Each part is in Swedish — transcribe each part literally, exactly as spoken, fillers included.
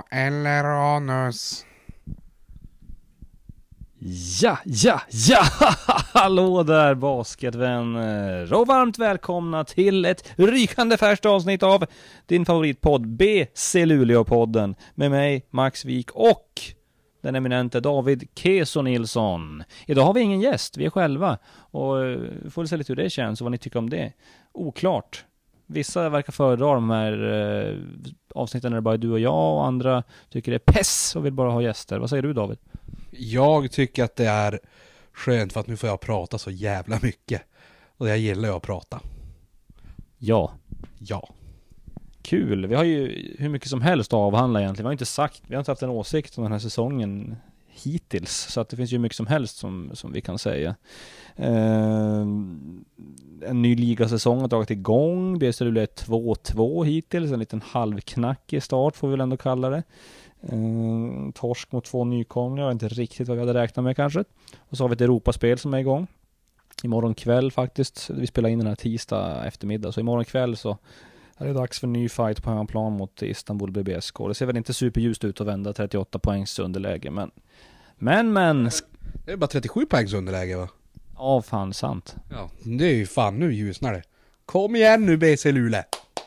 eller anus. Ja, ja, ja, hallå där basketvänner och varmt välkomna till ett rykande färskt avsnitt av din favoritpodd B C Luleå-podden med mig Max Wik och den eminente David Keso Nilsson. Idag har vi ingen gäst, vi är själva och får se lite hur det känns och vad ni tycker om det. Oklart. Vissa verkar föredra de här eh, avsnitten när det bara är du och jag och andra tycker det är pess och vill bara ha gäster. Vad säger du, David? Jag tycker att det är skönt för att nu får jag prata så jävla mycket. Och jag gillar ju att prata. Ja. Ja. Kul. Vi har ju hur mycket som helst att avhandla egentligen. Vi har inte sagt, vi har inte haft en åsikt om den här säsongen hittills. Så att det finns ju mycket som helst som, som vi kan säga. Eh, en ny ligasäsong har tagit igång. B C Luleå är två två hittills. En liten halvknackig start får vi väl ändå kalla det. Eh, torsk mot två nykomlingar. Inte riktigt vad vi hade räknat med kanske. Och så har vi ett Europaspel som är igång. Imorgon kväll faktiskt. Vi spelar in den här tisdag eftermiddag. Så imorgon kväll så är det dags för en ny fight på hemmaplan mot Istanbul B B S K. Det ser väl inte superljust ut att vända trettioåtta poängs underläge. Men, men, men. Det är bara trettiosju poängs underläge, va? Ja, fan sant. Ja, det är ju fan, nu ljusnar det. Kom igen nu B C Luleå.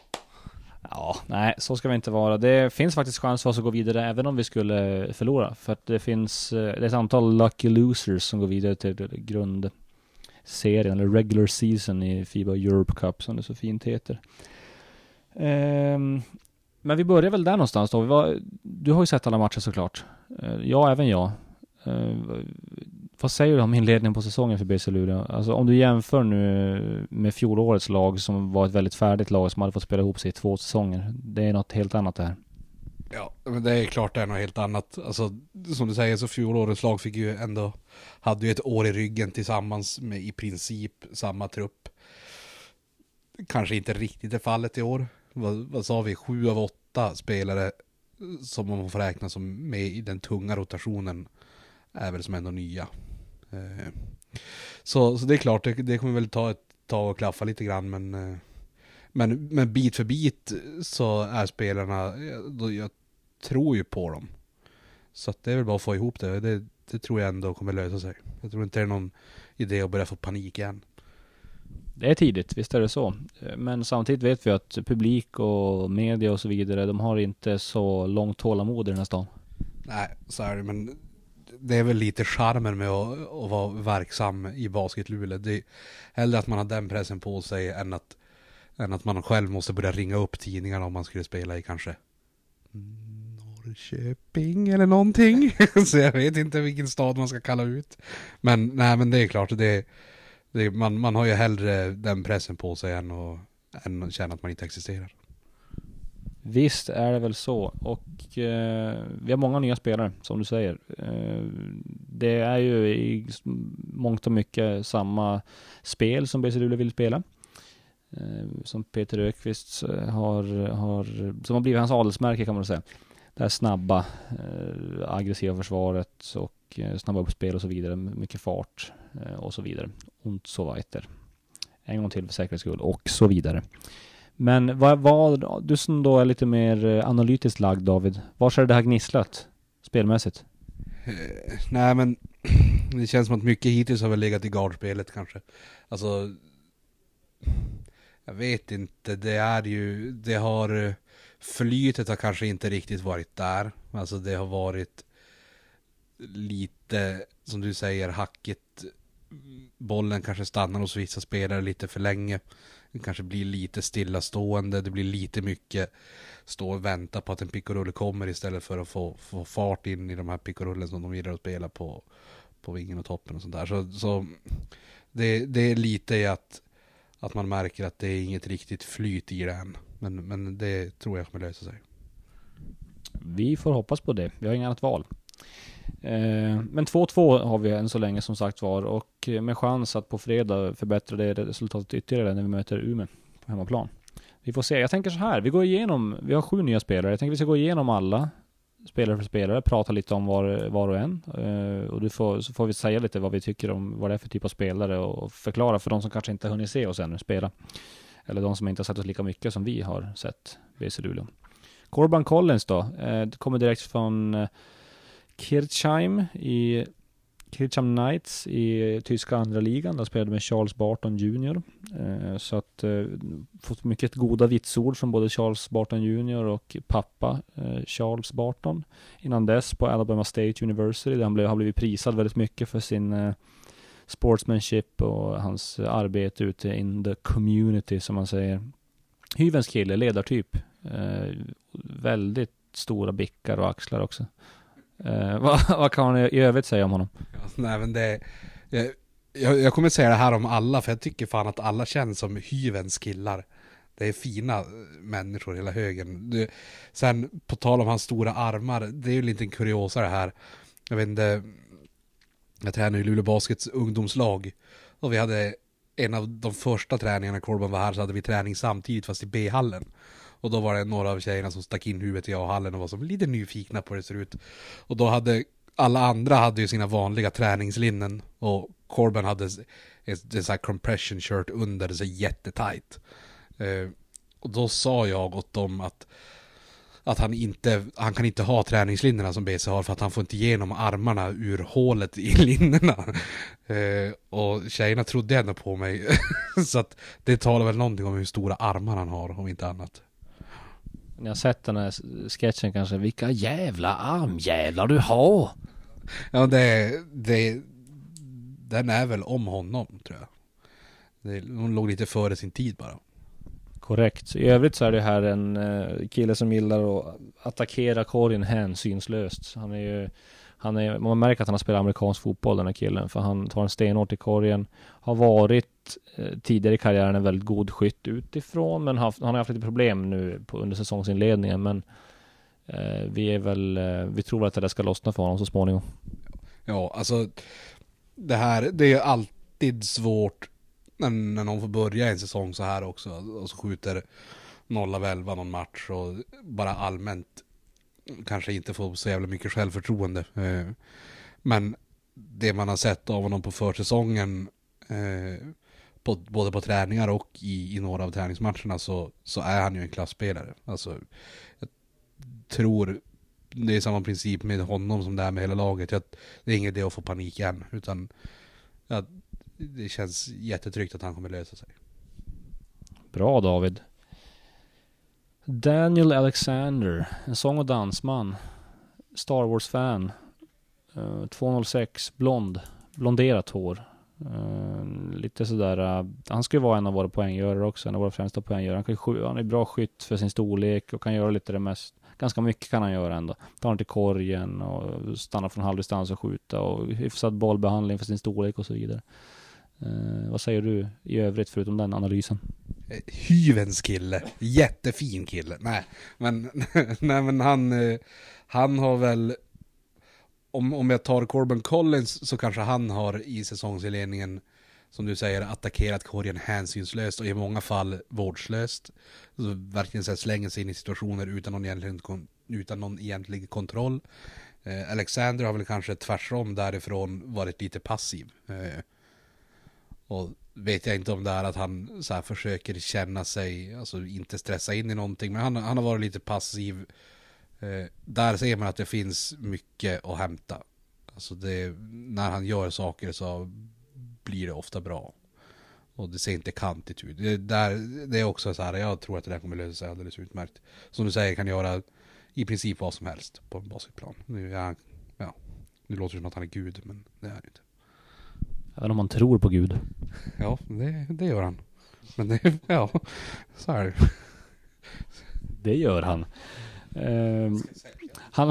Ja, nej, så ska vi inte vara. Det finns faktiskt chans för oss att gå vidare även om vi skulle förlora. För att det finns det är ett antal lucky losers som går vidare till grundserien eller regular season i FIBA Europe Cup som det så fint heter. Um, men vi börjar väl där någonstans då. Vi var, du har ju sett alla matcher såklart. Uh, ja, även jag. Uh, vad säger du om inledningen på säsongen för B C Luleå? Alltså om du jämför nu med fjolårets lag som var ett väldigt färdigt lag som hade fått spela ihop sig i två säsonger. Det är något helt annat där. Ja, men det är klart det är något helt annat. Alltså, som du säger så fjolårets lag fick ju ändå, hade ju ett år i ryggen tillsammans med i princip samma trupp. Kanske inte riktigt är fallet i år. Vad, vad sa vi? Sju av åtta spelare som man får räkna som med i den tunga rotationen är väl som ändå nya. Eh, så, så det är klart, det, det kommer väl ta ett tag och klaffa lite grann, men, eh, men, men bit för bit så är spelarna, då, jag tror ju på dem. Så att det är väl bara att få ihop det. det. Det tror jag ändå kommer lösa sig. Jag tror inte det är någon idé att börja få panik igen. Det är tidigt, visst är det så. Men samtidigt vet vi att publik och media och så vidare, de har inte så långt tålamod i den här stan. Nej, så är det, men det är väl lite charmen med att, att vara verksam i basket Luleå. Det är hellre att man har den pressen på sig än att, än att man själv måste börja ringa upp tidningarna om man skulle spela i kanske Norrköping eller någonting. Så jag vet inte vilken stad man ska kalla ut. Men nej, men det är klart, det, det, man, man har ju hellre den pressen på sig än att, än att känna att man inte existerar. Visst är det väl så. Och eh, vi har många nya spelare, som du säger. Eh, det är ju i mångt och mycket samma spel som B C Luleå vill spela. Eh, som Peter Ökvist har, har, som har blivit hans adelsmärke kan man säga. Det här snabba, eh, aggressiva försvaret och eh, snabba uppspel och så vidare. Mycket fart eh, och så vidare. Und so weiter. En gång till för säkerhets skull och så vidare. Men vad, vad, du som då är lite mer analytiskt lagd, David, var är det här gnisslat spelmässigt? Uh, nej, men det känns som att mycket hittills har väl legat i gardspelet kanske. Alltså, jag vet inte, det är ju, det har, flytet har kanske inte riktigt varit där. Alltså det har varit lite, som du säger, hackigt. Bollen kanske stannar hos vissa spelare lite för länge. Det kanske blir lite stillastående. Det blir lite mycket stå och vänta på att en pick-och-rulle kommer istället för att få, få fart in i de här pick-och-rullen som de gillar att spela på, på vingen och toppen och sånt där. Så, så det, det är lite i att, att man märker att det är inget riktigt flyt i det än. Men, men det tror jag kommer lösa sig. Vi får hoppas på det. Vi har inget annat val. Men två två har vi än så länge som sagt var, och med chans att på fredag förbättra det resultatet ytterligare när vi möter Umeå på hemmaplan. Vi får se. Jag tänker så här, vi går igenom, vi har sju nya spelare. Jag tänker vi ska gå igenom alla spelare för spelare, prata lite om var, var och en. Och du får, så får vi säga lite vad vi tycker om vad det är för typ av spelare och förklara för de som kanske inte har hunnit se oss ännu spela. Eller de som inte har sett oss lika mycket som vi har sett B C Luleå. Corbin Collins då, eh, det kommer direkt från eh, Kirchheim i Kirchheim Knights i tyska andra ligan. Där spelade med Charles Barton junior Eh, så att eh, fått mycket goda vitsord från både Charles Barton junior och pappa eh, Charles Barton. Innan dess på Alabama State University där han blev, har blivit prisad väldigt mycket för sin eh, sportsmanship och hans arbete ute in the community som man säger. Hyvens kille, ledartyp. Eh, väldigt stora bickar och axlar också. Eh, vad, vad kan man i övrigt säga om honom? Ja, nej, men det, jag, jag, jag kommer säga det här om alla, för jag tycker fan att alla känns som Hyvens killar. Det är fina människor hela högen. Det, sen på tal om hans stora armar, det är ju en liten kuriosa det här. Jag vet inte, jag tränar i Luleå Baskets ungdomslag och vi hade en av de första träningarna när Corbin var här, så hade vi träning samtidigt fast i B-hallen. Och då var det några av tjejerna som stack in huvudet i A-hallen och var som lite nyfikna på hur det ser ut. Och då hade alla andra hade ju sina vanliga träningslinnen och Corbin hade ett, ett så här compression shirt under, så jättetajt. Eh, och då sa jag åt dem att att han inte han kan inte ha träningslinjerna som B C har, för att han får inte igenom armarna ur hålet i linjerna. Eh, och tjejerna trodde ändå på mig. Så att det talar väl någonting om hur stora armar han har, om inte annat. Ni har sett den här sketchen kanske. Vilka jävla armjävlar du har! Ja, det, det den är väl om honom, tror jag. Det, hon låg lite före sin tid bara. Korrekt. I övrigt så är det här en uh, kille som gillar att attackera korgen hänsynslöst. Han är ju, han är, man märker att han har spelat amerikansk fotboll, den här killen, för han tar en stenhårt i korgen. Har varit uh, tidigare i karriären en väldigt god skytt utifrån, men haft, han har haft lite problem nu på, under säsongsinledningen, men uh, vi är väl uh, vi tror att det där ska lossna för honom så småningom. Ja, alltså det här, det är alltid svårt när, när någon får börja en säsong så här också och så skjuter noll av elva någon match och bara allmänt kanske inte får så jävla mycket självförtroende. Men det man har sett av honom på försäsongen, på, både på träningar och i, i några av träningsmatcherna, så, så är han ju en klassspelare. Alltså, jag tror det är samma princip med honom som det är med hela laget. Jag, det är ingen idé att få panik än, utan ja, det känns jättetryggt att han kommer lösa sig. Bra, David. Daniel Alexander, en sång- och dansman, Star Wars-fan, uh, två noll sex, blond, blonderat hår. Uh, lite sådär, uh, han ska ju vara en av våra poänggörare också, en av våra främsta poänggörare. Han, kan ju, han är bra skytt för sin storlek och kan göra lite det mest. Ganska mycket kan han göra ändå. Ta han till korgen och stanna från halvdistans och skjuta och hyfsad bollbehandling för sin storlek och så vidare. Uh, vad säger du i övrigt förutom den analysen? Hyvens kille, jättefin kille. Nej, men nej, men han han har väl, om om jag tar Corbin Collins, så kanske han har i säsongsinledningen, som du säger, attackerat korgen hänsynslöst och i många fall vårdslöst. Så verkligen så här slänger sig in i situationer utan någon egentlig, utan någon egentlig kontroll. Eh, Alexander har väl kanske tvärtom därifrån varit lite passiv. Eh, och vet jag inte om det är att han så här försöker känna sig, alltså inte stressa in i någonting, men han, han har varit lite passiv. Eh, där ser man att det finns mycket att hämta. Alltså det, när han gör saker så blir det ofta bra. Och det ser inte kantigt ut. Det, där, det är också så här, jag tror att det där kommer lösa sig alldeles utmärkt. Som du säger, kan göra i princip vad som helst på en basketplan. Nu, ja, ja, nu låter det som att han är Gud, men det är det inte. Även om man tror på Gud. Ja, det, det gör han. Men det, ja, så är det. Det gör han. Uh, han,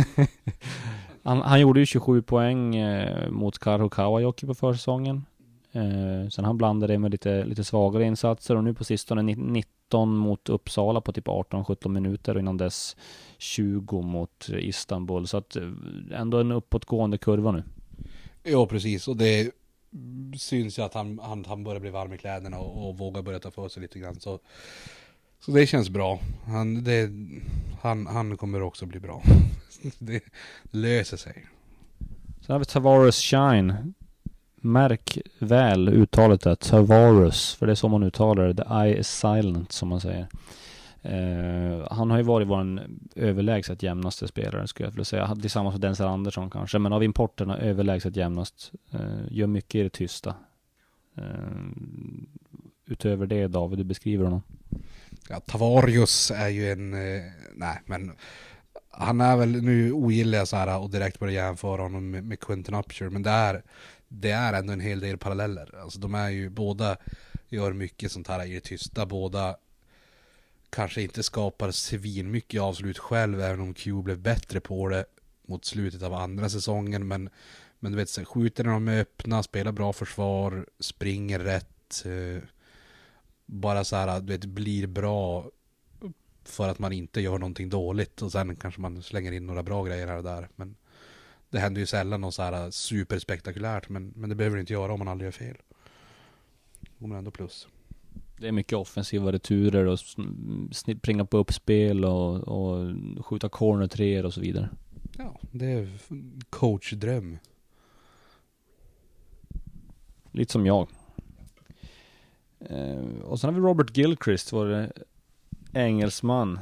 han han gjorde ju tjugosju poäng uh, mot Karhu Kauhajoki på försäsongen. Uh, sen han blandade det med lite, lite svagare insatser, och nu på sistone nitton mot Uppsala på typ arton sjutton minuter, och innan dess tjugo mot Istanbul. Så att uh, ändå en uppåtgående kurva nu. Ja, precis. Och det syns ju att han, han, han börjar bli varm i kläderna och, och vågar börja ta för sig lite grann. Så, så det känns bra. Han, det, han, han kommer också bli bra. Det löser sig. Så har vi Tavares Shine. Märk väl uttalet där, Tavares, för det är så man uttalar det. The eye is silent, som man säger. Eh, han har ju varit vår överlägset jämnaste spelare, skulle jag vilja säga. Tillsammans med Denzel Andersson kanske. Men av importerna överlägset jämnast. Eh, gör mycket i det tysta. Eh, utöver det, David, du beskriver honom. Ja, Tavarius är ju en... Eh, nej, men... Han är väl, nu ogillar jag så här och direkt börja jämföra honom med, med Quentin Upshur. Men det är, det är ändå en hel del paralleller. Alltså de är ju, båda gör mycket sånt här i det tysta. Båda kanske inte skapar svin mycket avslut själv, även om Q blev bättre på det mot slutet av andra säsongen. Men, men du vet, så skjuter när de är öppna, spelar bra försvar, springer rätt. Eh, bara så här, du vet, blir bra för att man inte gör någonting dåligt. Och sen kanske man slänger in några bra grejer här och där. Men det händer ju sällan något så här superspektakulärt. Men, men det behöver det inte göra om man aldrig gör fel. Då man ändå plus. Det är mycket offensiva returer och springa på uppspel och, och skjuta corner treor och så vidare. Ja, det är coachdröm. Lite som jag. Eh, och sen har vi Robert Gilchrist, vår engelsman.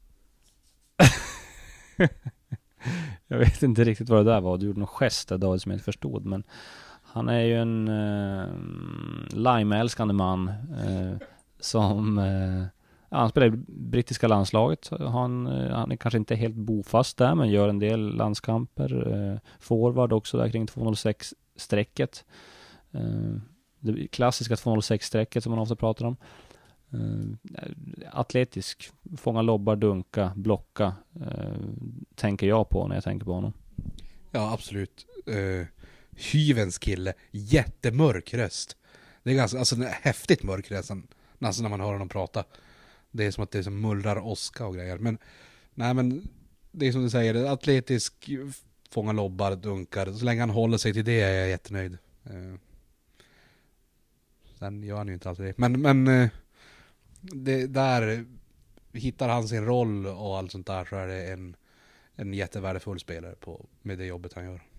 Jag vet inte riktigt vad det där var. Du gjorde någon gest där, David, som jag inte förstod. Men han är ju en eh, lime-älskande man eh, som eh, ja, han spelar i brittiska landslaget. Han, eh, han är kanske inte helt bofast där, men gör en del landskamper. Eh, forward också där kring tvåhundrasex-strecket. Eh, det klassiska tvåhundrasex-strecket som man ofta pratar om. Uh, atletisk, fånga lobbar, dunka, blocka, uh, tänker jag på när jag tänker på honom. Ja, absolut. Uh, hyvens kille, jättemörk röst. Det är ganska, alltså häftigt mörk röst nästan när man hör honom prata. Det är som att det är som mullrar åska och grejer. Men nej, men det är som du säger, atletisk, fånga lobbar, dunkar. Så länge han håller sig till det är jag jättenöjd. Uh, sen gör han ju inte alltid det. Men, men uh, det, där hittar han sin roll och allt sånt där, så är det en, en jättevärdefull spelare på, med det jobbet han gör.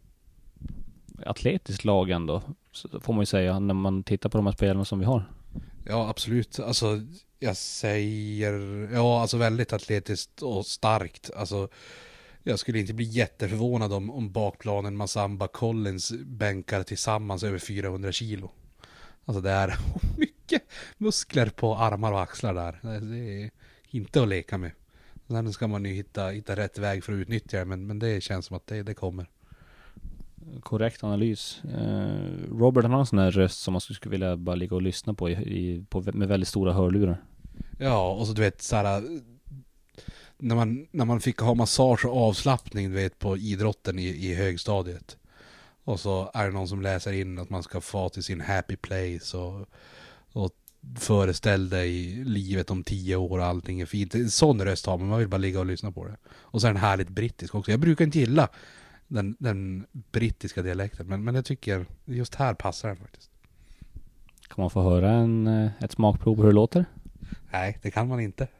Atletiskt lag ändå, får man ju säga, när man tittar på de här spelarna som vi har. Ja, absolut. Alltså, jag säger... Ja, alltså väldigt atletiskt och starkt. Alltså, jag skulle inte bli jätteförvånad om, om bakplanen Masamba Collins bänkar tillsammans över fyrahundra kilo. Alltså det är mycket muskler på armar och axlar där. Det är inte att leka med. Sen ska man ju hitta, hitta rätt väg för att utnyttja det, men, men det känns som att det, det kommer. Korrekt analys. Eh, Robert, han har en sån här röst som man skulle vilja bara ligga och lyssna på, i, i, på med väldigt stora hörlurar. Ja, och så du vet så här, när man, när man fick ha massage och avslappning, du vet, på idrotten i, i högstadiet. Och så är det någon som läser in att man ska få till sin happy place och, och föreställ dig livet om tio år och allting är fint. En sån röst har man, man vill bara ligga och lyssna på det. Och så är den härligt brittisk också. Jag brukar inte gilla den, den brittiska dialekten, men, men jag tycker just här passar den faktiskt. Kan man få höra en, ett smakprov på hur det låter? Nej, det kan man inte.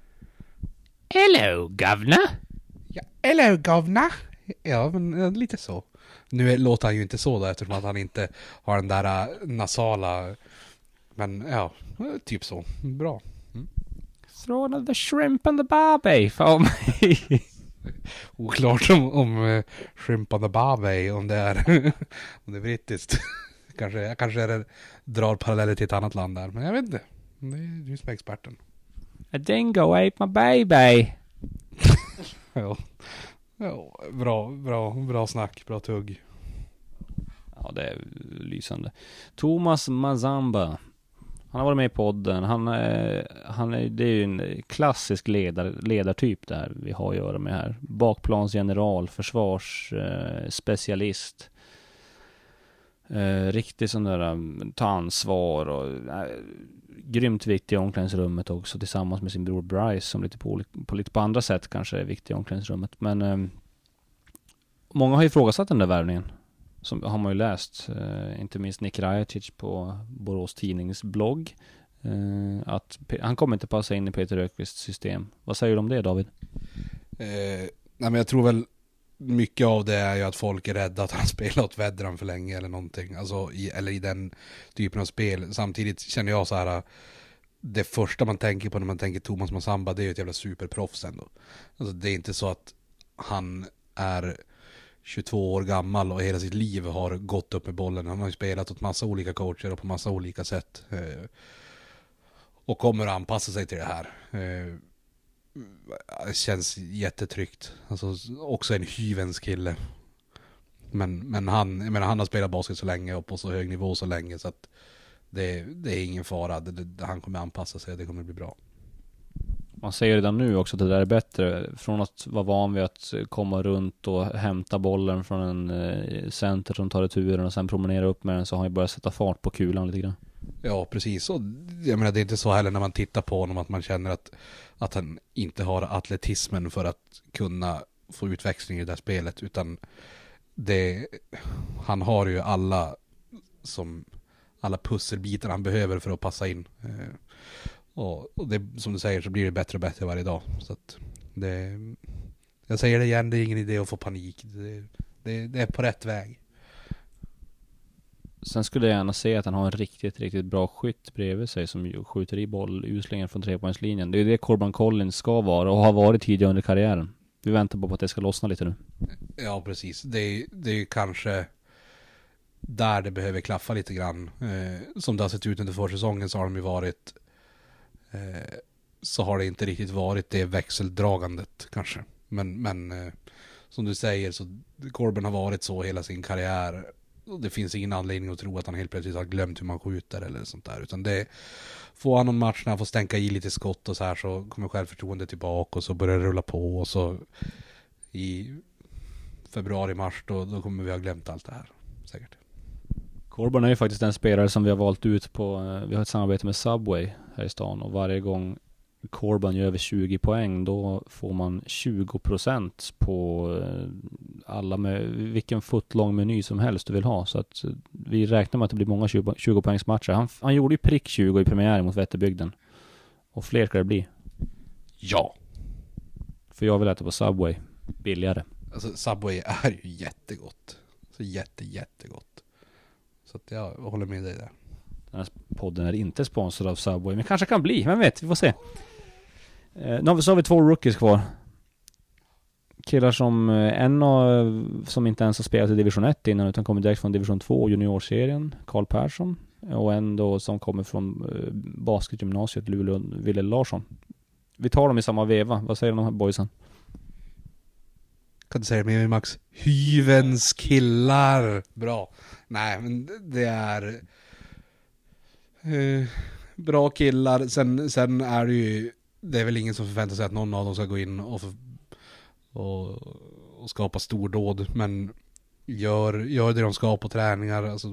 Hello, governor! Ja, hello, governor! Ja, men lite så. Nu låter han ju inte så då, eftersom att han inte har den där nasala, men ja, typ så. Bra. Mm. Throw another shrimp on the barbie för mig. Oklart om, om uh, shrimp on the barbie, om det är om det är brittiskt. kanske, kanske är det, drar paralleller till ett annat land där, men jag vet inte. Det är du som är experten. A dingo ate my baby. Ja. Ja, bra, bra, bra snack, bra tugg. Ja, det är lysande. Thomas Mazamba. Han har varit med i podden. Han är, han är, det är ju en klassisk ledar, ledartyp där vi har att göra med här. Bakplansgeneral, försvarsspecialist. Eh, riktigt sån där ta ansvar och eh, grymt viktig i omklädningsrummet också, tillsammans med sin bror Bryce, som lite på, på, lite på andra sätt kanske är viktig i omklädningsrummet. Men eh, många har ju ifrågasatt den där värvningen, som har man ju läst, eh, inte minst Nick Rajacic på Borås Tidnings blogg, eh, att P- han kommer inte passa in i Peter Rökvists system. Vad säger du om det, David? Eh, nej, men jag tror väl mycket av det är ju att folk är rädda att han spelar åt Vedran för länge eller någonting, alltså i, eller i den typen av spel. Samtidigt känner jag så här, det första man tänker på när man tänker Thomas Massamba, det är ju ett jävla superproffs ändå. Alltså det är inte så att han är tjugotvå år gammal och hela sitt liv har gått upp med bollen. Han har ju spelat åt massa olika coacher och på massa olika sätt. Eh, och kommer att anpassa sig till det här. Eh, det känns jättetryggt. Alltså också en hyvens kille. Men, men han, jag menar, han har spelat basket så länge och på så hög nivå så länge så att det, det är ingen fara. Det, det, han kommer anpassa sig och det kommer bli bra. Man säger redan nu också att det där är bättre. Från att vara van vid att komma runt och hämta bollen från en eh, center som tar returen och sen promenera upp med den, så har han börjat sätta fart på kulan lite grann. Ja, precis. Och jag menar, det är inte så heller när man tittar på honom att man känner att, att han inte har atletismen för att kunna få utväxling i det där spelet, utan det, han har ju alla som alla pusselbitar han behöver för att passa in. Eh, och, och det, som du säger, så blir det bättre och bättre varje dag. Så att det, jag säger det igen, det är ingen idé att få panik. Det, det, det är på rätt väg. Sen skulle jag gärna se att han har en riktigt, riktigt bra skytt bredvid sig som skjuter i boll ursprungligen från trepoängslinjen. Det är det Corbin Collins ska vara och har varit tidigare under karriären. Vi väntar på att det ska lossna lite nu. Ja, precis. Det är, det är ju kanske där det behöver klaffa lite grann. Eh, som det har sett ut under försäsongen så har de ju varit eh, så har det inte riktigt varit det växeldragandet kanske. Men, men eh, som du säger, så Corbin har varit så hela sin karriär. Och det finns ingen anledning att tro att han helt plötsligt har glömt hur man skjuter eller sånt där. Utan det får han någon match när han får stänka i lite skott och så här, så kommer självförtroendet tillbaka och så börjar det rulla på, och så i februari, mars då, då kommer vi ha glömt allt det här säkert. Corbin är ju faktiskt en spelare som vi har valt ut på, vi har ett samarbete med Subway här i stan, och varje gång Corbin gör över tjugo poäng då får man tjugo procent på alla med vilken footlång meny som helst du vill ha. Så att vi räknar med att det blir många tjugo poängs matcher. Han, han gjorde ju prick tjugo i premiären mot Vätterbygden. Och fler ska det bli. Ja. För jag vill äta på Subway. Billigare. Alltså Subway är ju jättegott. Så jätte, jättegott. Så att jag håller med dig där. Den här podden är inte sponsrad av Subway, men kanske kan bli. Vem vet, vi får se. Eh, nu så har vi två rookies kvar. Killar som eh, en av, som inte ens har spelat i division ett innan utan kommer direkt från division två juniorserien, Karl Persson, och en då som kommer från eh, basketgymnasiet, Luleå, Ville Larsson. Vi tar dem i samma veva. Vad säger de här boysen? Kan du säga det med mig, Max? Hyvens killar. Bra. Nej, men det är eh, bra killar. Sen, sen är det ju, det är väl ingen som förväntar sig att någon av dem ska gå in och, och, och skapa stordåd, men gör, gör det de ska på träningar. Alltså,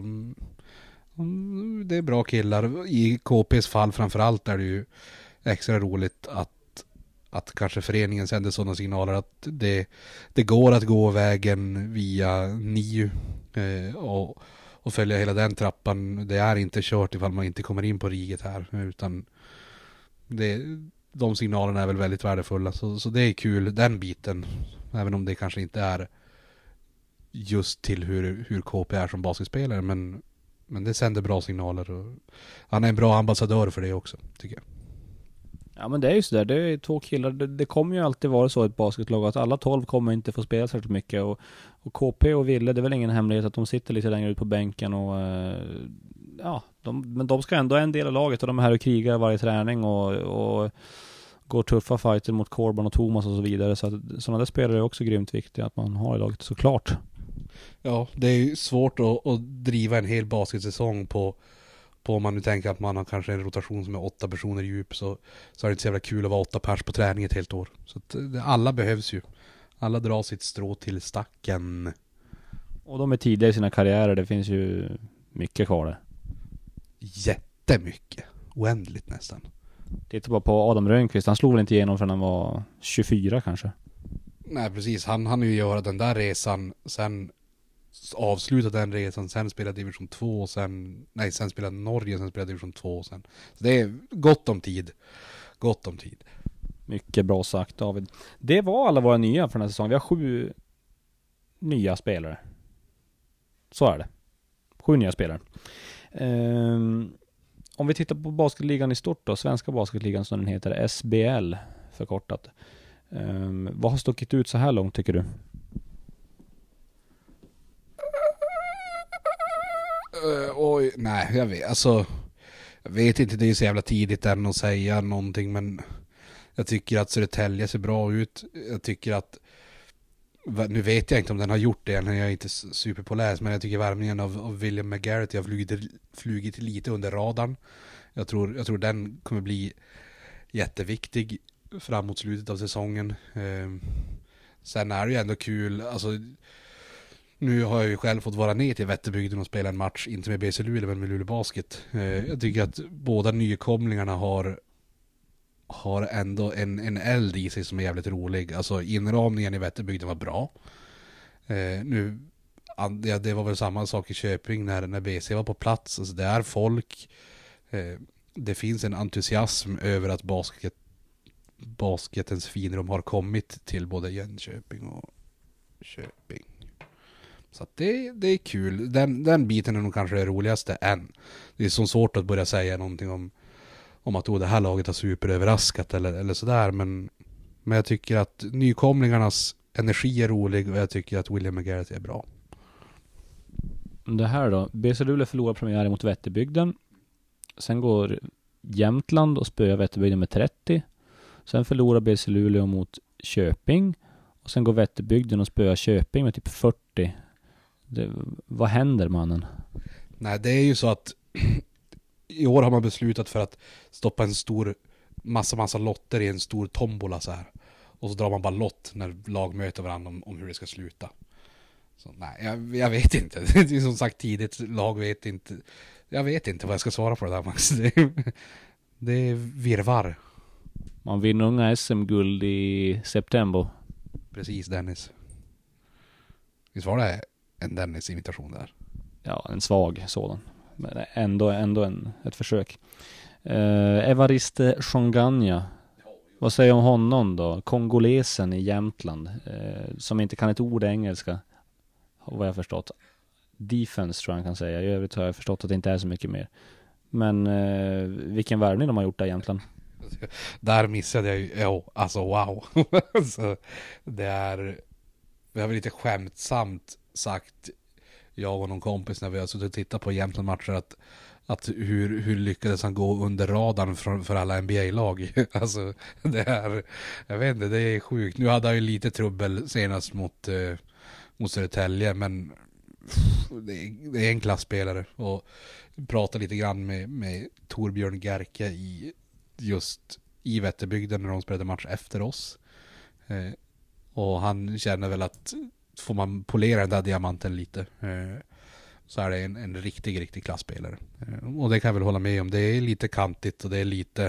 det är bra killar. I K P:s fall framförallt är det ju extra roligt att att kanske föreningen sänder sådana signaler att det, det går att gå vägen via N I U eh, och, och följa hela den trappan. Det är inte kört ifall man inte kommer in på riget här, utan det, de signalerna är väl väldigt värdefulla. Så, så det är kul, den biten, även om det kanske inte är just till hur, hur K P är som basketspelare, men, men det sänder bra signaler och han är en bra ambassadör för det också, tycker jag. Ja, men det är ju sådär, det är två killar, det, det kommer ju alltid vara så i ett basketlag att alla tolv kommer inte få spela särskilt mycket, och, och K P och Ville, det är väl ingen hemlighet att de sitter lite längre ut på bänken och ja, de, men de ska ändå en del av laget och de är här och krigar varje träning och, och går tuffa fighter mot Corbin och Thomas och så vidare, så att sådana där spelare är också grymt viktiga att man har i laget, såklart. Ja, det är ju svårt att, att driva en hel basketsäsong på på om man nu tänker att man har kanske en rotation som är åtta personer djup, så, så är det inte så jävla kul att vara åtta pers på träning ett helt år. Så att det, alla behövs ju. Alla drar sitt strå till stacken. Och de är tidiga i sina karriärer, det finns ju mycket kvar där. Jättemycket. Oändligt nästan. Titta bara på Adam Rönnqvist, han slog väl inte igenom förrän han var tjugofyra kanske. Nej, precis. Han hann ju göra den där resan, sen avsluta den resan, sen spela division två, sen nej, sen spela Norge, sen spela division två, sen. Så det är gott om tid. Gott om tid. Mycket bra sagt, David. Det var alla våra nya för den här säsongen. Vi har sju nya spelare. Så är det. Sju nya spelare. Ehm, om vi tittar på basketligan i stort då, svenska basketligan som den heter, S B L förkortat. Um, vad har stuckit ut så här långt tycker du? Uh, oj, nej, jag vet, alltså, jag vet inte, det är så jävla tidigt än att säga någonting, men jag tycker att Södertälje ser bra ut. Jag tycker att, nu vet jag inte om den har gjort det än, jag är inte superpåläst, men jag tycker värmningen av, av William McGarrett har flugit, flugit lite under radarn. Jag tror, jag tror den kommer bli jätteviktig framåt slutet av säsongen. Eh, sen är det ju ändå kul, alltså nu har jag ju själv fått vara ner till Vätterbygden och spela en match, inte med B C Luleå men med Luleå Basket. Eh, jag tycker att båda nykomlingarna har har ändå en, en eld i sig som är jävligt rolig. Alltså inramningen i Vätterbygden var bra. Eh, nu, ja, det var väl samma sak i Köping när, när B C var på plats. Alltså det är folk. Eh, det finns en entusiasm över att basket, basketens finrum har kommit till både Jönköping och Köping. Så att det, det är kul. Den, den biten är nog kanske det roligaste än. Det är så svårt att börja säga någonting om om att oh, det här laget har superöverraskat eller, eller sådär. Men, men jag tycker att nykomlingarnas energi är rolig och jag tycker att William McGarrett är bra. Det här då, B C Luleå förlorar premiär mot Vätterbygden. Sen går Jämtland och spöar Vätterbygden med trettio. Sen förlorar B C Luleå mot Köping. Och sen går Vätterbygden och spöar Köping med typ fyrtio. Det, vad händer, mannen? Nej, det är ju så att i år har man beslutat för att stoppa en stor massa massa lotter i en stor tombola så här. Och så drar man bara lott när lag möter varandra om, om hur det ska sluta. Så nej, jag, jag vet inte. Det är som sagt tidigt, lag vet inte. Jag vet inte vad jag ska svara på det där, Max. Det är, det är virvar. Man vinner unga S M-guld i september. Precis, Dennis. Visst var det en Dennis-imitation där? Ja, en svag sådan. Men ändå, ändå en, ett försök. Eh, Evariste Chonganya. Vad säger om honom då? Kongolesen i Jämtland. Eh, som inte kan ett ord engelska. Vad jag förstått. Defense tror jag kan säga. I övrigt har jag förstått att det inte är så mycket mer. Men eh, vilken värvning de har gjort där i Jämtland. Där missade jag ju, ja, alltså wow. Så det är, vi har väl lite skämtsamt sagt, jag och någon kompis när vi har suttit och tittat på Jämtland matcher, att, att hur, hur lyckades han gå under radarn för, för alla N B A-lag. Alltså det är, jag vet inte, det är sjukt. Nu hade han ju lite trubbel senast mot, eh, mot Södertälje, men det är, det är en klassspelare. Och pratade lite grann med, med Torbjörn Gerke i just i Vätterbygden när de spelade match efter oss. Eh, och han känner väl att får man polera den där diamanten lite eh, så är det en, en riktig, riktig klassspelare. Eh, och det kan jag väl hålla med om. Det är lite kantigt och det är lite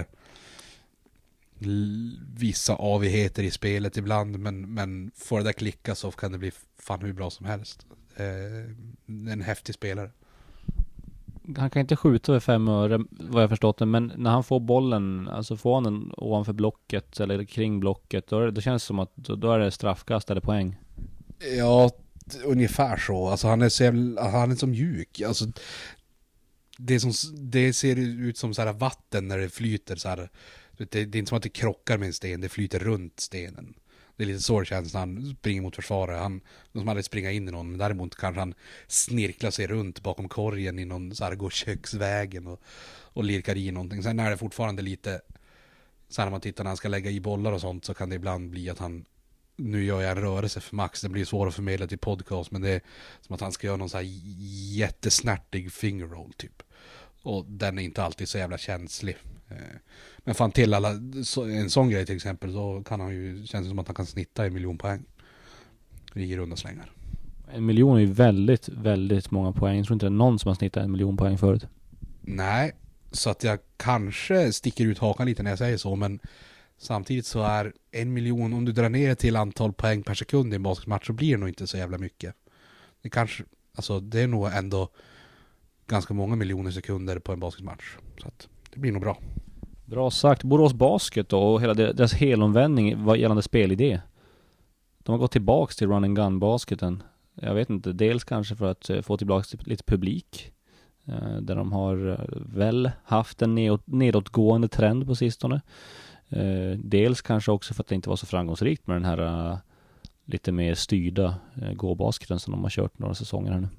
l- vissa avigheter i spelet ibland, men, men får det där klicka så kan det bli fan hur bra som helst. Eh, en häftig spelare. Han kan inte skjuta över fem öre, vad jag förstått det, men när han får bollen, alltså får han den ovanför blocket eller kring blocket, då, då känns det som att då, då är det straffkast eller poäng. Ja, ungefär så. Alltså han är så jävla, han är så mjuk. Alltså det, som, det ser ut som så här vatten när det flyter så här. Det, det är inte som att det krockar med en sten, det flyter runt stenen. Det är lite så det känns när han springer mot försvarare. Han, de som aldrig springa in i någon, men däremot kanske han snirklar sig runt bakom korgen i någon så här, går köksvägen och, och lirkar i någonting. Sen är det fortfarande lite så här, när man tittar när han ska lägga i bollar och sånt, så kan det ibland bli att han, nu gör jag en rörelse för Max, det blir svårt att förmedla till podcast, men det är som att han ska göra någon så här jättesnärtig fingerroll typ. Och den är inte alltid så jävla känslig. Men fan till alla, en sån grej till exempel, så kan han ju, känns det som att han kan snitta en miljon poäng i runda slängar. En miljon är ju väldigt, väldigt många poäng. Jag tror inte det är någon som har snittat en miljon poäng förut. Nej, så att jag kanske sticker ut hakan lite när jag säger så, men samtidigt så är en miljon, om du drar ner till antal poäng per sekund i en basketmatch, så blir det nog inte så jävla mycket. Det kanske, alltså det är nog ändå ganska många miljoner sekunder på en basketmatch, så att det blir nog bra. Bra sagt. Borås Basket då, och hela deras helomvändning vad gällande spelidé. De har gått tillbaks till run and gun basketen. Jag vet inte, dels kanske för att få tillbaka lite publik. Eh, där de har eh, väl haft en nedåt, nedåtgående trend på sistone. Eh, dels kanske också för att det inte var så framgångsrikt med den här uh, lite mer styrda uh, gå-basketen som de har kört några säsonger här nu.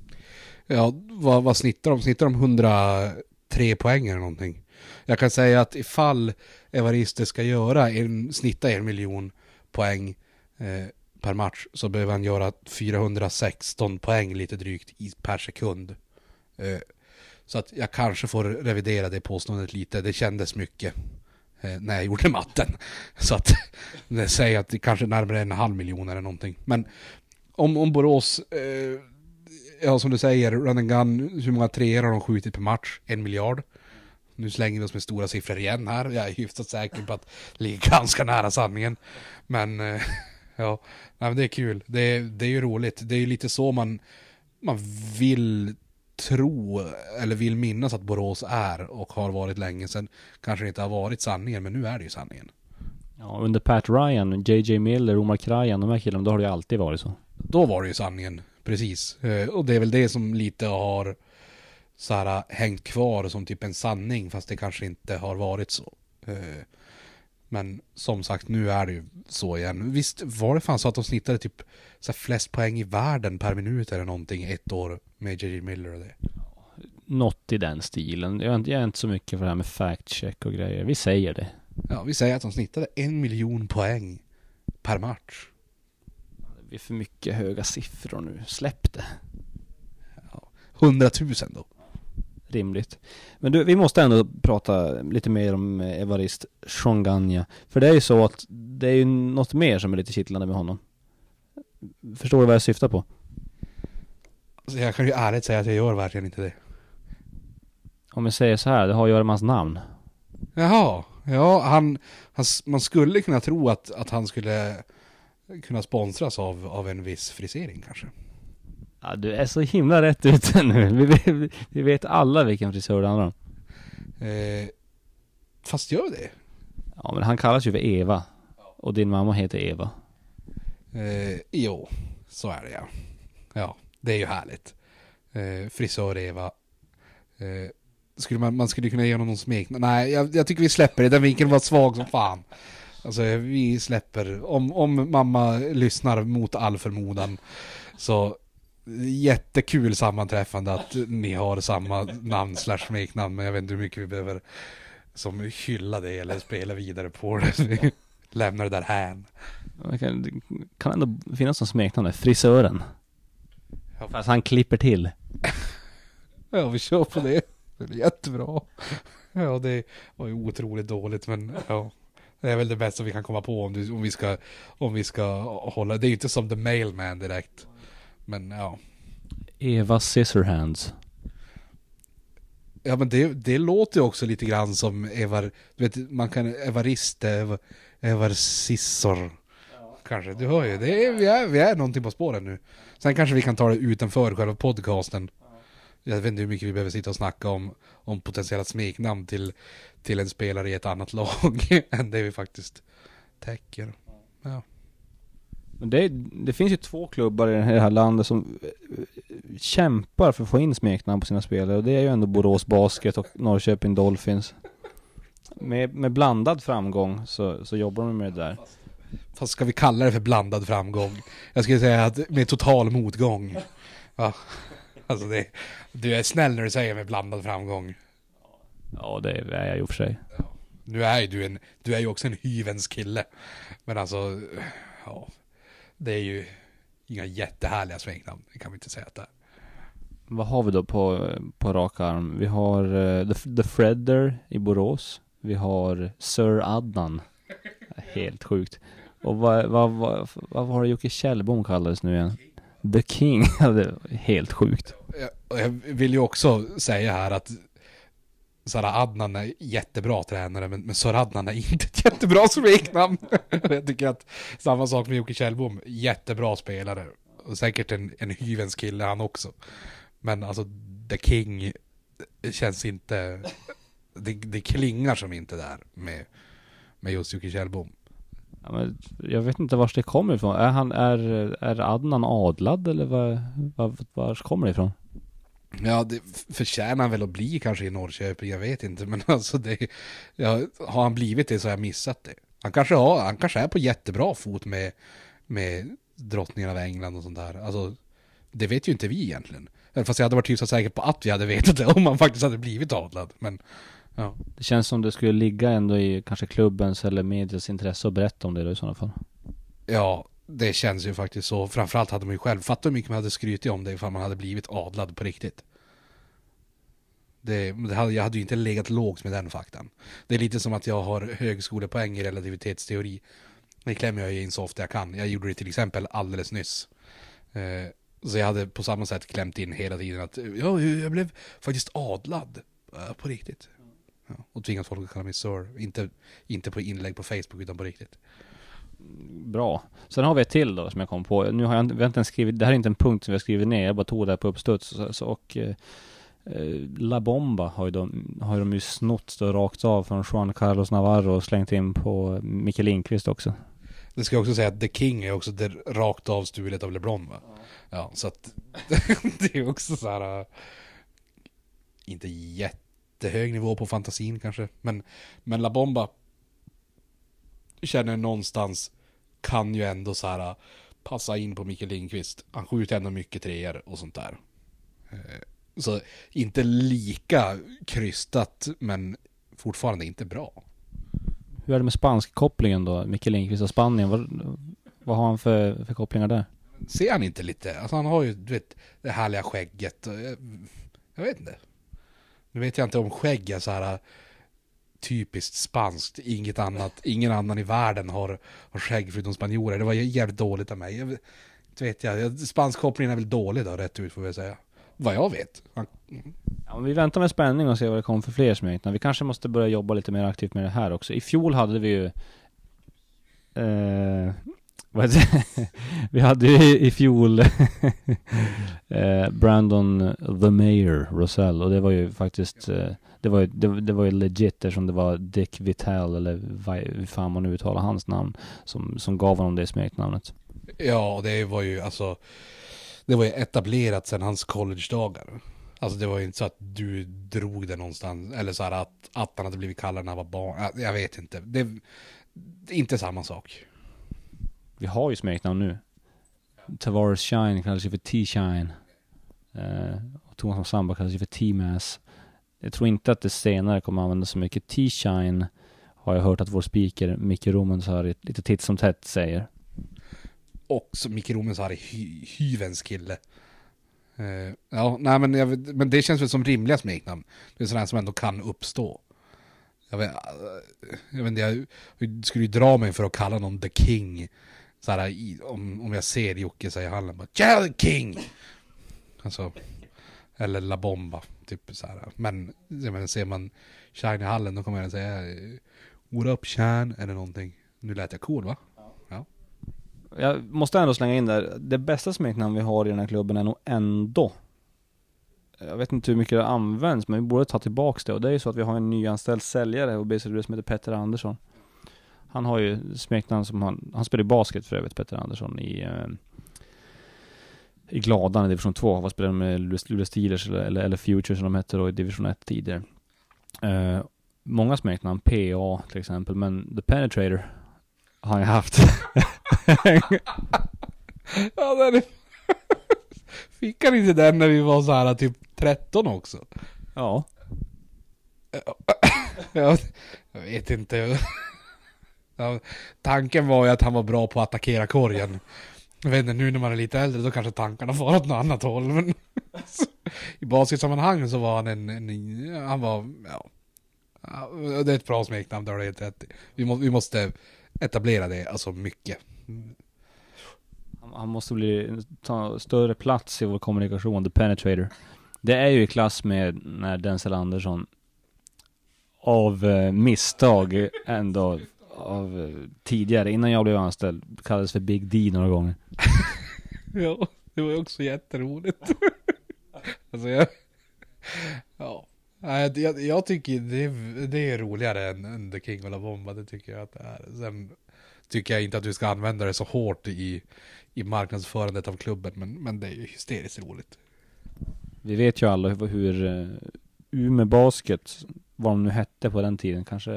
Ja, vad, vad snittar de? Snittar de hundratre poäng eller någonting? Jag kan säga att ifall Evaristo ska göra en, snitta en miljon poäng eh, per match så behöver han göra fyrahundrasexton poäng lite drygt i, per sekund. Eh, så att jag kanske får revidera det påståendet lite. Det kändes mycket eh, när jag gjorde matten. Så att det säger att det kanske är närmare en halv miljon eller någonting. Men om, om Borås... Eh, ja, som du säger, run and gun, hur många treor har de skjutit per match? En miljard. Nu slänger vi oss med stora siffror igen här. Jag är hyfsat säker på att ligga ganska nära sanningen. Men eh, ja, nej, men det är kul. Det är, det är ju roligt. Det är ju lite så man, man vill tro eller vill minnas att Borås är och har varit länge sedan. Kanske inte har varit sanningen, men nu är det ju sanningen. Ja, under Pat Ryan, J J Miller, Omar Krajan, de här killarna, då har det ju alltid varit så. Då var det ju sanningen, precis. Eh, och det är väl det som lite har så här, hängt kvar som typ en sanning, fast det kanske inte har varit så. Eh, men som sagt, nu är det ju så igen. Visst var det fan så att de snittade typ så här, flest poäng i världen per minut eller någonting ett år med J J Miller och det. Något i den stilen. Jag är, inte, jag är inte så mycket för det här med fact check och grejer. Vi säger det. Ja, vi säger att de snittade en miljon poäng per match. Det är för mycket höga siffror nu. Släpp det. Ja, hundratusen då. Rimligt. Men du, vi måste ändå prata lite mer om Evariste Chonganya. För det är ju så att det är ju något mer som är lite kittlande med honom. Förstår du vad jag syftar på? Alltså jag kan ju ärligt säga att jag gör verkligen inte det. Om jag säger så här, det har att göra med hans namn. Jaha, ja, han, han, man skulle kunna tro att, att han skulle kunna sponsras av, av en viss frisering kanske. Ja, du är så himla rätt ute nu. Vi, vi, vi vet alla vilken frisör det handlar om. Eh, fast gör det? Ja, men han kallas ju för Eva. Och din mamma heter Eva. Eh, jo, så är det ja. Ja, det är ju härligt. Eh, frisör Eva. Eh, skulle man, man skulle kunna ge honom någon smeknamn. Nej, jag, jag tycker vi släpper det. Den vinkeln var svag som fan. Alltså vi släpper. Om, om mamma lyssnar mot all förmodan så jättekul sammanträffande att ni har samma namn slash smeknamn, men jag vet inte hur mycket vi behöver som hylla det eller spela vidare på det. Så vi lämnar det där här. Det kan, det kan ändå finnas som smeknamn där. Frisören. Ja. Fast han klipper till. Ja, vi kör på det. Det är jättebra. Ja, det var ju otroligt dåligt, men ja. Det är väl det bästa vi kan komma på om, du, om, vi, ska, om vi ska hålla. Det är ju inte som The Mailman direkt. Men ja. Eva Scissorhands. Ja, men det, det låter ju också lite grann som Evar, du vet, man kan Evariste, Evar, Evar Scissor. Ja. Kanske, du hör ju. Det är, vi, är, vi är någonting på spåren nu. Sen kanske vi kan ta det utanför själva podcasten. Jag vet inte hur mycket vi behöver sitta och snacka om, om potentiella smeknamn till, till en spelare i ett annat lag än det vi faktiskt täcker. Ja. Men det, det finns ju två klubbar i det här landet som kämpar för att få in smeknamn på sina spelare. Och det är ju ändå Borås Basket och Norrköping Dolphins. Med, med blandad framgång så, så jobbar de med det där. Fast ska vi kalla det för blandad framgång? Jag skulle säga att med total motgång. Ja. Alltså det, du är snäll när du säger med blandad framgång. Ja, det är jag ju för sig. Ja. Nu är ju du en, du är ju också en hyvens kille. Men alltså, ja, det är ju inga jättehärliga smeknamn. Det kan vi inte säga att det är. Vad har vi då på, på rak arm? Vi har uh, The, The Fredder i Borås. Vi har Sir Adnan. Helt sjukt. Och vad, vad, vad, vad var det Jocke Kjellbom kallades nu igen? The King. Helt sjukt. Jag, jag vill ju också säga här att Sara Adnan är jättebra tränare, men, men Sara Adnan är inte ett jättebra smeknamn. Jag tycker att samma sak med Jocke Kjellbom, jättebra spelare. Och säkert en, en hyvens kille han också. Men alltså The King känns inte, det, det klingar som inte där med, med just Jocke Kjellbom. Ja, men jag vet inte var det kommer ifrån. Är han är, är Adnan adlad eller var, var, var kommer det ifrån? Ja, det förtjänar han väl att bli kanske i Norrköping, jag vet inte. Men alltså, det, ja, har han blivit det så har jag missat det. Han kanske, har, han kanske är på jättebra fot med, med drottningen av England och sånt där. Alltså, det vet ju inte vi egentligen. Fast jag hade varit hyfsat säker på att vi hade vetat det om han faktiskt hade blivit adlad. Men, ja. Det känns som det skulle ligga ändå i kanske klubbens eller medias intresse att berätta om det då i sådana fall. Ja, det känns ju faktiskt så. Framförallt hade man ju själv fattat hur mycket man hade skrytit om det ifall man hade blivit adlad på riktigt. Det, det hade, jag hade ju inte legat lågt med den faktan. Det är lite som att jag har högskolepoäng i relativitetsteori. Det klämmer jag in så ofta jag kan. Jag gjorde det till exempel alldeles nyss. Eh, så jag hade på samma sätt klämt in hela tiden att ja, jag blev faktiskt adlad. Eh, på riktigt. Ja, och tvingat folk att kalla mig sir. Inte, inte på inlägg på Facebook utan på riktigt. Bra. Sen har vi ett till då som jag kom på. Nu har jag inte, vi har inte ens skrivit, det här är inte en punkt som vi har skrivit ner. Jag bara tog det här på uppstuds. Så, så, och eh, La Bomba har ju de, har de ju snott då rakt av från Juan Carlos Navarro och slängt in på Micke Lindqvist också. Det ska jag också säga att The King är också det rakt av stulet av LeBron, va? Ja, ja, så att det är också så här uh, inte jättehög nivå på fantasin kanske, men men La Bomba känner någonstans kan ju ändå så här uh, passa in på Micke Lindqvist. Han skjuter ändå mycket treor och sånt där. Uh, så inte lika krystat, men fortfarande inte bra. Hur är det med spansk-kopplingen då? Micke Lindqvist och Spanien, vad, vad har han för, för kopplingar där? Ser han inte lite? Alltså han har ju, du vet, det härliga skägget. Jag, jag vet inte. Nu vet jag inte om skägg är så här typiskt spanskt. Inget annat, ingen annan i världen har, har skägg förutom spanjorer. Det var jävligt dåligt av mig. Jag, inte vet jag. Spansk-kopplingen är väl dålig då, rätt ut får jag säga. Vad jag vet. Han, ja, vi väntar med spänning och ser vad det kommer för fler smeknamn. Vi kanske måste börja jobba lite mer aktivt med det här också. I fjol hade vi ju eh, vad heter det? Vi hade ju i fjol eh, Brandon the Mayor Rosell, och det var ju faktiskt eh, det var ju det, det var ju legit eftersom det var Dick Vitale eller hur fan man nu uttalar hans namn som som gav honom det smeknamnet. Ja, det var ju alltså det var ju etablerat sedan hans college-dagar. Alltså det var ju inte så att du drog det någonstans. Eller så här att, att han hade blivit kallad när han var barn. Jag vet inte. Det är, det är inte samma sak. Vi har ju smeknamn nu. Tavares Shine kallas ju för T-Shine. Uh, och Thomas Samba kallas ju för T-Mass. Jag tror inte att det senare kommer att använda så mycket. T-Shine har jag hört att vår speaker Micke Romans har lite titt som tätt säger. Och så Micke Romans har hy, hyvens kille. Uh, ja, nej, men, jag, men det känns väl som rimliga smeknamn. Det är sådana som ändå kan uppstå. Jag vet, jag, vet, jag, jag skulle ju dra mig för att kalla någon The King. Så här, om, om jag ser Jocke säga hallen bara "Yeah, The King!" Alltså, eller La Bomba typ så här. Men jag menar, ser man Shine i hallen då kommer jag säga "What up Shine?" eller någonting. Nu lät jag cool, va? Ja. Jag måste ändå slänga in där. Det bästa smeknamn vi har i den här klubben är nog ändå, jag vet inte hur mycket det används, men vi borde ta tillbaka det. Och det är ju så att vi har en nyanställd säljare och basically som heter Petter Andersson. Han har ju smeknamn som han, han spelar i basket för övrigt, Petter Andersson, i eh, i Gladan i division två. Vad spelar de med Luleå Steelers eller, eller, eller Future som de hette då i division ett tidigare. Eh, många smeknamn, P A till exempel, men The Penetrator har jag haft. Ja, det är fick han inte den när vi var så här typ tretton också? Ja. Ja, jag vet inte. Ja, tanken var ju att han var bra på att attackera korgen. Jag vet inte, nu när man är lite äldre då kanske tankarna var åt något annat håll. Men i basketsammanhang så var han en, en han var, ja. Det är ett bra smeknamn, där det helt rätt. Vi, må, vi måste etablera det, alltså mycket. Han måste bli, ta större plats i vår kommunikation, The Penetrator. Det är ju i klass med när Denzel Andersson av eh, misstag ändå av eh, tidigare, innan jag blev anställd, kallades för Big D några gånger. Ja, det var ju också jätteroligt. Alltså jag, ja, jag, jag, jag tycker det, det är roligare än, än The King och La Bomba, det tycker jag att det är. Sen tycker jag inte att du ska använda det så hårt i, i marknadsförandet av klubben, men, men det är ju hysteriskt roligt. Vi vet ju alla hur, hur uh, Umeå Basket, vad de nu hette på den tiden, kanske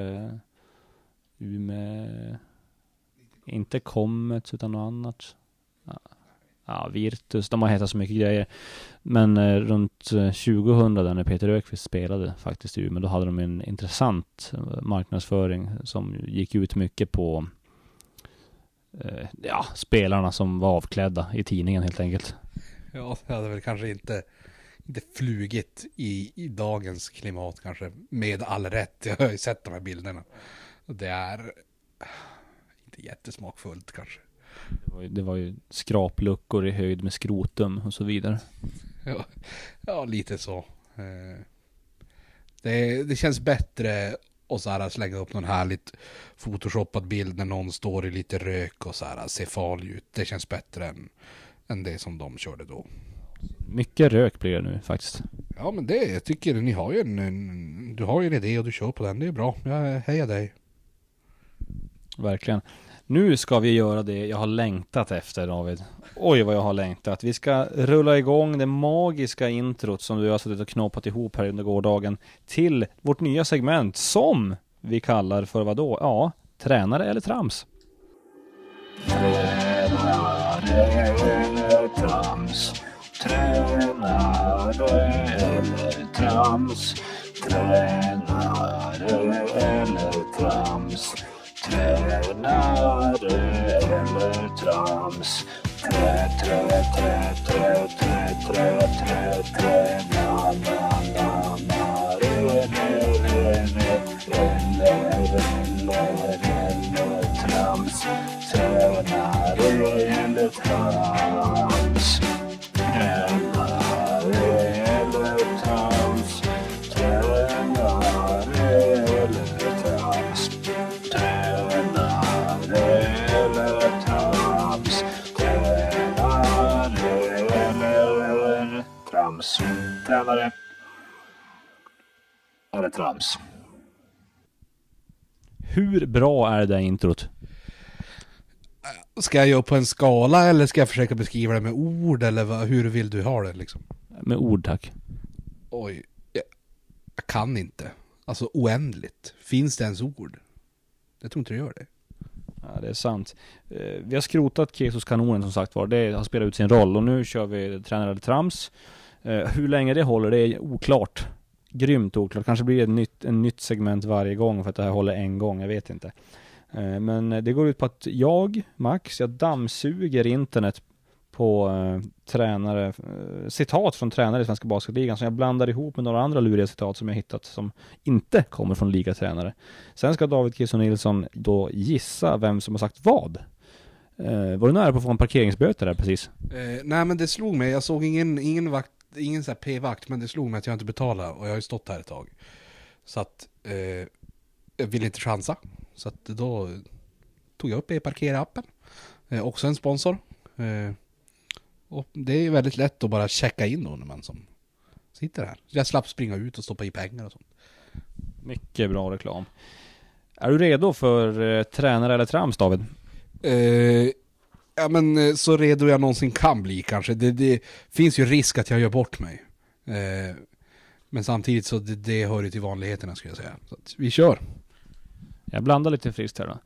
Umeå, inte Comets utan något annat. Ja. Ja, Virtus, de har hetat så mycket grejer. Men eh, runt tjugohundra där när Peter Ökvist spelade faktiskt i Umeå, då hade de en intressant marknadsföring som gick ut mycket på eh, ja, spelarna som var avklädda i tidningen helt enkelt. Ja, det hade väl kanske inte, inte flugit i, i dagens klimat kanske, med all rätt. Jag har ju sett de här bilderna. Det är inte jättesmakfullt kanske. Det var, ju, det var ju skrapluckor i höjd med skrotum och så vidare. Ja, ja lite så. Det, det känns bättre att så här slänga upp någon härligt photoshoppad bild när någon står i lite rök och så här ser farlig ut. Det känns bättre än, än det som de körde då. Mycket rök blir det nu faktiskt. Ja, men det, jag tycker ni har ju en, en du har ju en idé och du kör på den. Det är bra. Jag hejar dig. Verkligen. Nu ska vi göra det jag har längtat efter, David. Oj, vad jag har längtat. Vi ska rulla igång det magiska introt som du har suttit och knoppat ihop här under gårdagen till vårt nya segment som vi kallar för vad då? Ja, tränare eller trams. Tränare eller trams. Tränare eller trams. Tränare eller trams. Tränare eller trams. Trä, trä, trä, trä, trä, trä, trä, tränare eller trams. Tränare eller trams. Tränare eller trams. Tränare eller trams. Tränare eller trams. Tränare eller trams. Tränare eller trams. Hur bra är det där introt? Ska jag göra på en skala eller ska jag försöka beskriva det med ord eller vad, hur vill du ha det liksom? Med ord, tack. Oj, jag, jag kan inte. Alltså oändligt. Finns det ens ord? Jag tror inte det gör det. Ja, det är sant. Eh, vi har skrotat Kesos kanonen som sagt var. Det har spelat ut sin roll och nu kör vi tränare eller trams. Eh, hur länge det håller, det är oklart. Grymt oklart. Kanske blir det ett nytt, en nytt segment varje gång för att det här håller en gång. Jag vet inte. Eh, men det går ut på att jag, Max, jag dammsuger internet på eh, tränare, eh, citat från tränare i Svenska Basketligan som jag blandar ihop med några andra luriga citat som jag hittat som inte kommer från ligatränare. Sen ska David Kisson Nilsson då gissa vem som har sagt vad. Eh, var du nära på att få en parkeringsböter där precis? Eh, nej men det slog mig, jag såg ingen, ingen vakt, ingen så här p-vakt, men det slog mig att jag inte betalar och jag har ju stått här ett tag. Så att eh, jag vill inte chansa. Så att då tog jag upp e-parkera-appen. Eh, också en sponsor. Eh, och det är väldigt lätt att bara checka in då när man som sitter här. Jag slapp springa ut och stoppa i pengar och sånt. Mycket bra reklam. Är du redo för eh, tränare eller trams, David? Eh, ja men så redo jag någonsin kan bli kanske. Det, det finns ju risk att jag gör bort mig. Eh, men samtidigt så det, det hör ju till vanligheterna skulle jag säga. Så att vi kör. Jag blandar lite friskt här då.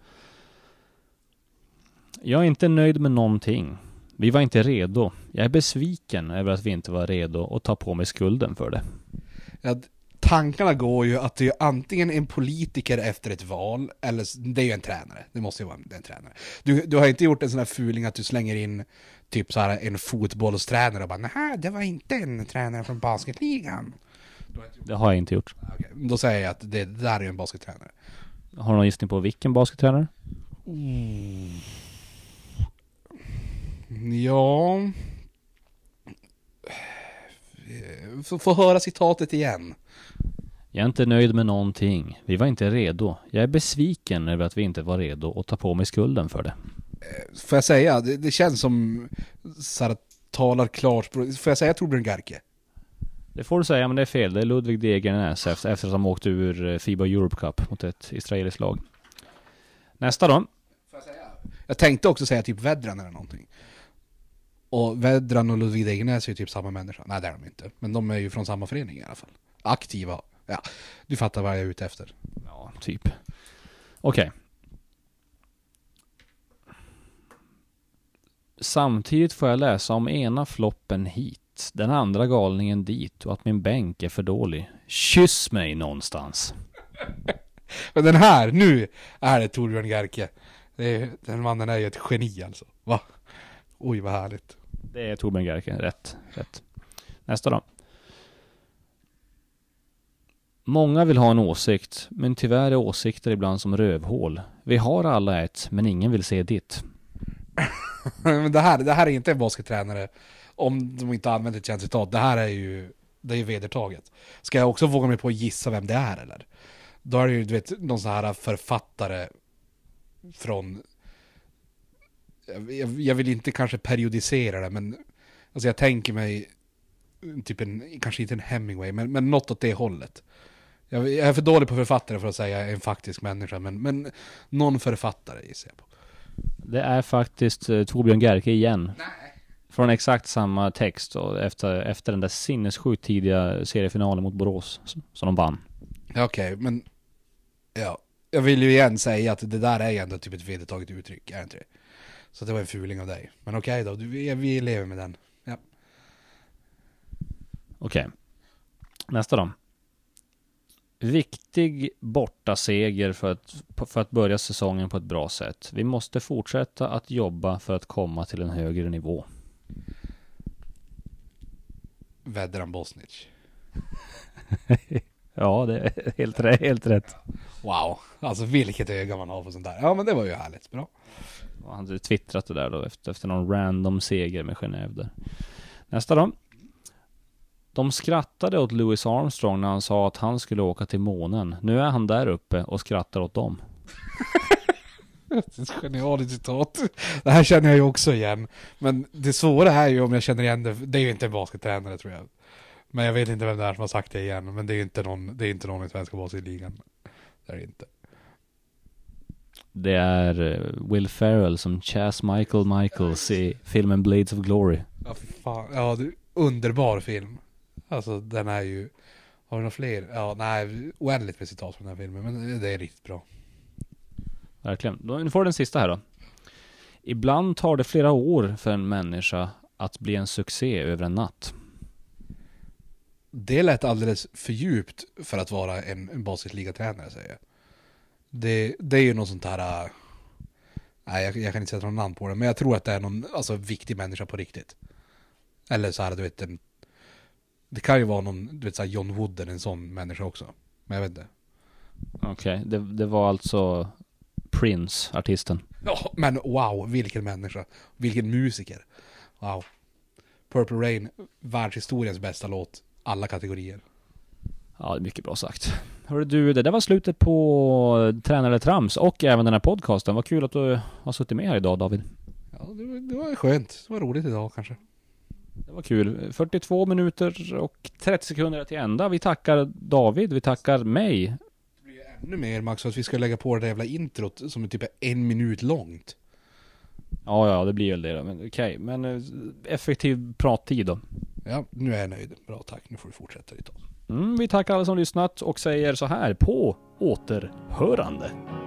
Jag är inte nöjd med någonting. Vi var inte redo. Jag är besviken över att vi inte var redo att ta på mig skulden för det. Ja, tankarna går ju att det är antingen en politiker efter ett val eller det är ju en tränare. Det måste ju vara en tränare. Du, du har inte gjort en sån här fuling att du slänger in typ så här en fotbollstränare och bara nej, det var inte en tränare från basketligan. Det har jag inte gjort. Okay, då säger jag att det, det där är en baskettränare. Har du någon gissning på vilken baskettränare? Mm. Ja. Få, få höra citatet igen. Jag är inte nöjd med någonting. Vi var inte redo. Jag är besviken över att vi inte var redo att ta på mig skulden för det. Får jag säga, det, det känns som så här, talar klart. Får jag säga Torbjörn Garke? Det får du säga, men det är fel. Det är Ludvig Degernäs efter, efter att de åkte ur FIBA Europe Cup mot ett israeliskt lag. Nästa då. Får jag säga? Jag tänkte också säga typ Vedran eller någonting. Och Vedran och Ludvig Degenäs är ju typ samma människa. Nej, det är de inte. Men de är ju från samma förening i alla fall. Aktiva. Ja, du fattar vad jag är ute efter. Ja, typ. Okej. Samtidigt får jag läsa om ena floppen hit, den andra galningen dit och att min bänk är för dålig. Kyss mig någonstans. Men den här, nu är det Torbjörn Gerke. Det är, den mannen är ju ett geni alltså. Va? Oj, vad härligt. Det är Torbjörn Gerke, rätt, rätt. Nästa då. Många vill ha en åsikt, men tyvärr är åsikter ibland som rövhål. Vi har alla ett, men ingen vill se ditt. Men det här, det här är inte en baskettränare om de inte använder ett känt citat. Det här är ju, det är ju vedertaget. Ska jag också våga mig på att gissa vem det är eller? Då är det ju, du vet, någon sån här författare från, jag, jag vill inte kanske periodisera det, men alltså jag tänker mig typ en, kanske inte en Hemingway, men, men något åt det hållet. Jag, jag är för dålig på författare för att säga en faktisk människa, men, men någon författare gissar jag på. Det är faktiskt uh, Torbjörn Gerke igen. Nej. Från exakt samma text och efter, efter den där sinnessjukt tidiga seriefinalen mot Borås som de vann. Okej, okay, men ja, jag vill ju igen säga att det där är ändå typ ett vedertaget uttryck, är det inte det? Så det var en fuling av dig. Men okej okay då, du, vi, vi lever med den. Ja. Okej. Okay. Nästa då. Viktig bortaseger för att, för att börja säsongen på ett bra sätt. Vi måste fortsätta att jobba för att komma till en högre nivå. Vedran Bosnic. Ja, det är helt, rätt, helt rätt. Wow, alltså vilket öga man har på sånt där. Ja, men det var ju härligt, bra. Han hade twittrat det där då efter, efter någon random seger med Genève där. Nästa då. De skrattade åt Louis Armstrong när han sa att han skulle åka till månen. Nu är han där uppe och skrattar åt dem. Det är ett genialiskt citat. Det här känner jag ju också igen. Men det svåra här är ju om jag känner igen det. Det är ju inte en baskettränare tror jag. Men jag vet inte vem det är som har sagt det igen. Men det är ju inte någon, det är inte någon i svenska basketligan. Det är det inte. Det är Will Ferrell som Chas Michael Michaels i filmen Blades of Glory. Ja, fan. Ja, det är underbar film. Alltså den är ju, har vi några fler? Ja, nej, oändligt med citat från den här filmen, men det är riktigt bra. Verkligen. Nu får du den sista här då. Ibland tar det flera år för en människa att bli en succé över en natt. Det lät alldeles för djupt för att vara en, en basketligatränare, säger jag. Det, det är ju något sånt här, äh, nej jag, jag kan inte sätta någon namn på det, men jag tror att det är någon alltså, viktig människa på riktigt. Eller så här, du vet, en det kan ju vara någon, du vet såhär John Wooden, en sån människa också. Men jag vet inte. Okej, okay. det, det var alltså Prince, artisten. Ja, men wow, vilken människa. Vilken musiker. Wow. Purple Rain, världshistoriens bästa låt. Alla kategorier. Ja, det är mycket bra sagt. Hörru du, det där var slutet på Tränare Trams och även den här podcasten. Vad kul att du har suttit med här idag, David. Ja, det var, det var skönt. Det var roligt idag kanske. Det var kul. fyrtiotvå minuter och trettio sekunder till ända. Vi tackar David, vi tackar mig. Det blir ännu mer, Max, att vi ska lägga på det jävla introt som är typ en minut långt. Ja, ja, det blir väl det då. Men okej, okay. Men uh, effektiv prattid då. Ja, nu är jag nöjd. Bra, tack. Nu får du fortsätta ditt. Mm, vi tackar alla som lyssnat och säger så här: på återhörande.